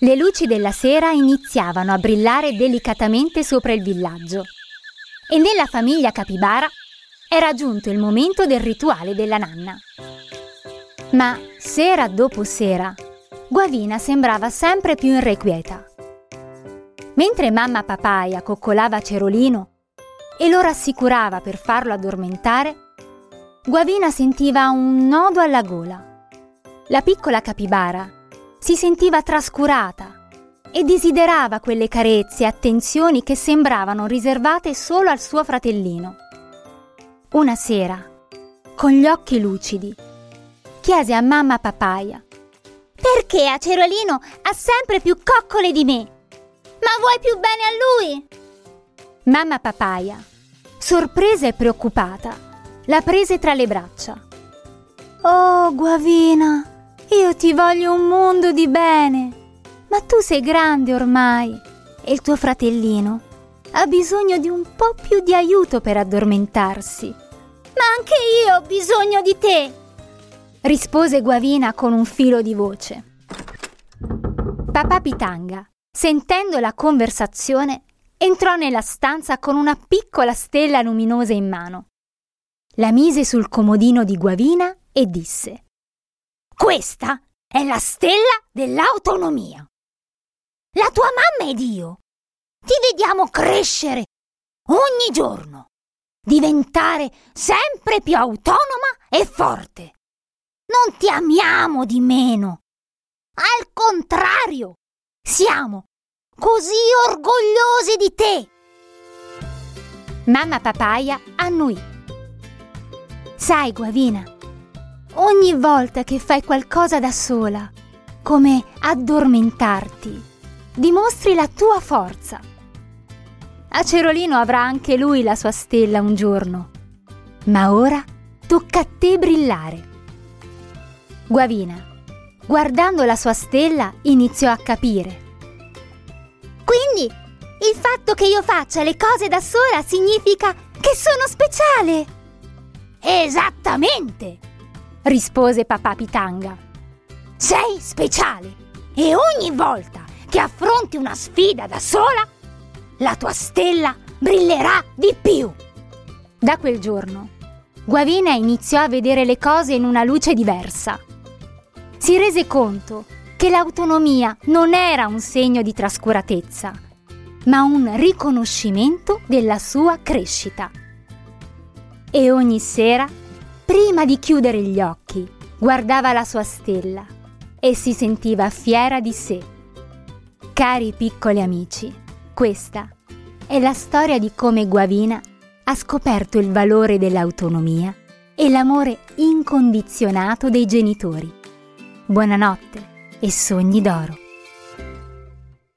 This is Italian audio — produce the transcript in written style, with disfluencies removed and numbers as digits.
Le luci della sera iniziavano a brillare delicatamente sopra il villaggio e nella famiglia capibara era giunto il momento del rituale della nanna. Ma sera dopo sera, Guavina sembrava sempre più irrequieta. Mentre mamma Papaya coccolava Cerolino e lo rassicurava per farlo addormentare, Guavina sentiva un nodo alla gola. La piccola capibara si sentiva trascurata e desiderava quelle carezze e attenzioni che sembravano riservate solo al suo fratellino. Una sera, con gli occhi lucidi, chiese a mamma Papaya: «Perché a Cerolino ha sempre più coccole di me? Ma vuoi più bene a lui?» Mamma Papaya, sorpresa e preoccupata, la prese tra le braccia. «Oh, Guavina, io ti voglio un mondo di bene, ma tu sei grande ormai e il tuo fratellino ha bisogno di un po' più di aiuto per addormentarsi». «Ma anche io ho bisogno di te!» rispose Guavina con un filo di voce. Papà Pitanga, sentendo la conversazione, entrò nella stanza con una piccola stella luminosa in mano. La mise sul comodino di Guavina e disse: «Questa è la stella dell'autonomia. La tua mamma ed io ti vediamo crescere ogni giorno, diventare sempre più autonoma e forte. Non ti amiamo di meno. Al contrario, siamo così orgogliosi di te!» Mamma Papaya annuì. «Sai, Guavina, ogni volta che fai qualcosa da sola, come addormentarti, dimostri la tua forza. A Cerolino avrà anche lui la sua stella un giorno, ma ora tocca a te brillare». Guavina, guardando la sua stella, iniziò a capire. «Quindi il fatto che io faccia le cose da sola significa che sono speciale?» «Esattamente!» rispose papà Pitanga. «Sei speciale e ogni volta che affronti una sfida da sola, la tua stella brillerà di più!» Da quel giorno, Guavina iniziò a vedere le cose in una luce diversa. Si rese conto che l'autonomia non era un segno di trascuratezza, ma un riconoscimento della sua crescita. E ogni sera, prima di chiudere gli occhi, guardava la sua stella e si sentiva fiera di sé. Cari piccoli amici, questa è la storia di come Guavina ha scoperto il valore dell'autonomia e l'amore incondizionato dei genitori. Buonanotte e sogni d'oro.